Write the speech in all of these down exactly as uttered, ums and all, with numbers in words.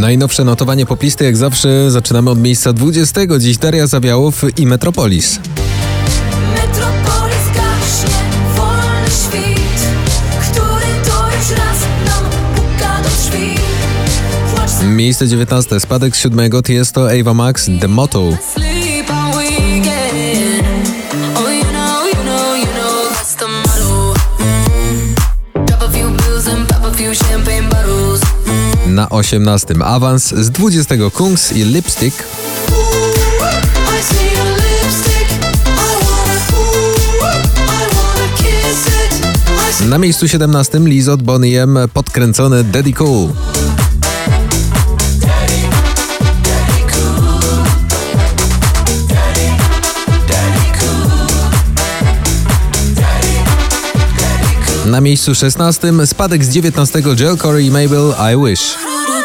Najnowsze notowanie poplisty jak zawsze zaczynamy od miejsca dwudziestego. Dziś Daria Zawiałow i Metropolis. Metropolis gaśnie, wolny świt, który to już raz nam puka do drzwi. Płacz... Miejsce dziewiętnaste. Spadek z siódmego. Tiesto, Ava Max, The Motto. Na osiemnastym awans z dwudziestego Kungs i Lipstick. Na miejscu siedemnastym Lizzo, Boney M, podkręcone Daddy Cool. Na miejscu szesnastym spadek z dziewiętnastego Joel Corey i Mabel, I Wish.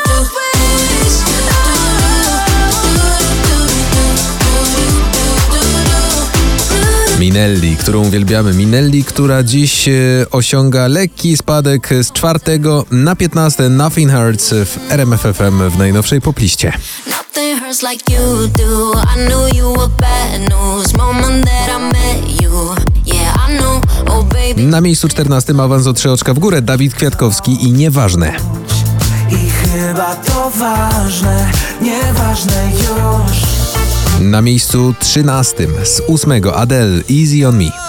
Minelli, którą uwielbiamy. Minelli, która dziś e, osiąga lekki spadek z czwartego na piętnaste. Nothing Hurts w R M F F M w najnowszej popliście. Na miejscu czternastym awans o trzy oczka w górę. Dawid Kwiatkowski i Nieważne. I chyba to ważne, nieważne już. Na miejscu trzynastym z ósmego Adele, Easy on Me.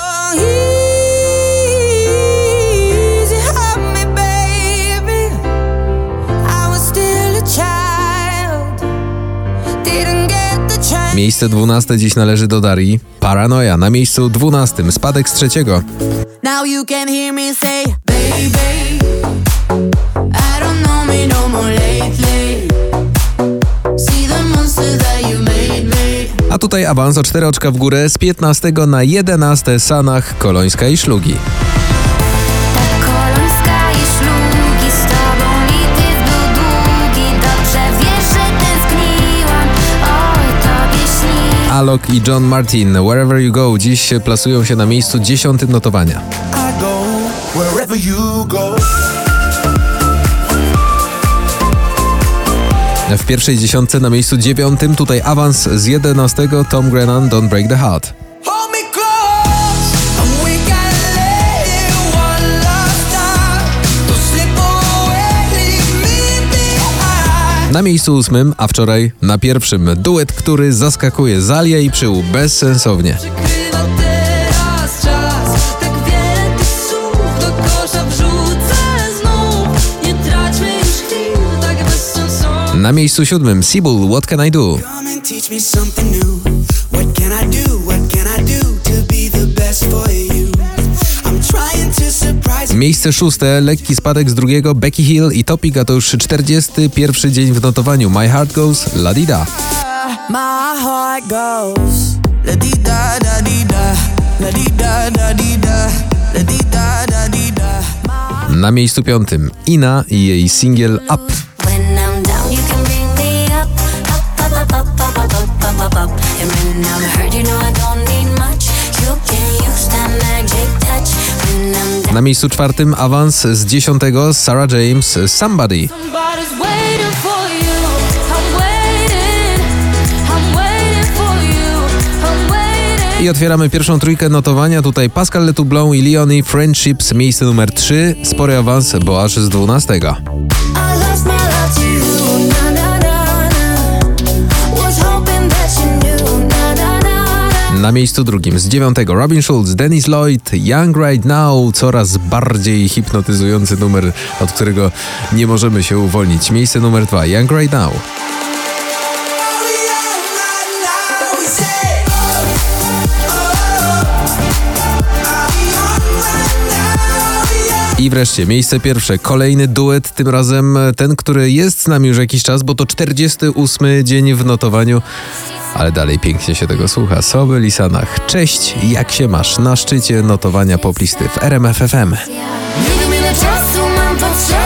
Miejsce dwunaste dziś należy do Darii, Paranoja. Na miejscu dwunastym spadek z trzeciego. Now you can hear me say, baby, I don't know me no more lately. See the monster that you made me. A tutaj awans o cztery oczka w górę z piętnastego na jedenaste. Sanach, Kolońska i Szlugi. Ta Kolońska i Szlugi, z tobą lityw był długi. Dobrze wiesz, że tęskniłam, oj tobie śni. Alok i John Martin, Wherever You Go, dziś plasują się na miejscu dziesiątym notowania. I go wherever you go. W pierwszej dziesiątce na miejscu dziewiątym, tutaj awans z jedenastego. Tom Grennan, Don't Break the Heart. Hold me close, and we gotta let it one last time. Don't slip away, leave me behind. Na miejscu ósmym, a wczoraj na pierwszym, duet, który zaskakuje. Zalia i Przyłu, Bezsensownie. Przykrywa teraz czas, tak wiele tych słów do kosza wrzucę znów. Nie traćmy już chwil, tak bezsensownie. Na miejscu siódmym, Sibul, What Can I Do. Come and teach me something new. What can I do? What can I do to be the best for you? I'm trying to surprise you. Miejsce szóste, lekki spadek z drugiego, Becky Hill i Topik, a to już czterdziesty pierwszy dzień w notowaniu. My Heart Goes, La Di Da. My heart goes la di da da di da, la di da da di da, la di da da di da. Na miejscu piątym, Ina i jej singiel Up. When I'm down, you can bring me up, up, up, up, up, up, up, up, up, up. And when I'm hurt, you know I don't need much. You can use that magic touch. When I'm down. Na miejscu czwartym, awans z dziesiątego, Sarah James, Somebody. Somebody's waiting for you. I'm waiting. I'm waiting for you. I'm waiting. I otwieramy pierwszą trójkę notowania. Tutaj Pascal Le Toublon i Leonie, Friendships, miejsce numer trzy. Spory awans, bo aż z dwunastego. I lost my love to you. Na, na, na, na. Was hoping that you knew. Na, na, na, na. Na miejscu drugim z dziewiątego, Robin Schulz, Dennis Lloyd, Young Right Now. Coraz bardziej hipnotyzujący numer, od którego nie możemy się uwolnić. Miejsce numer dwa, Young Right Now. I wreszcie miejsce pierwsze, kolejny duet, tym razem ten, który jest z nami już jakiś czas, bo to czterdziesty ósmy dzień w notowaniu, ale dalej pięknie się tego słucha. Sobel i Sanach. Cześć, jak się masz? Na szczycie notowania poplisty w R M F F M. Nie wiem ile czasu mam potrzebne.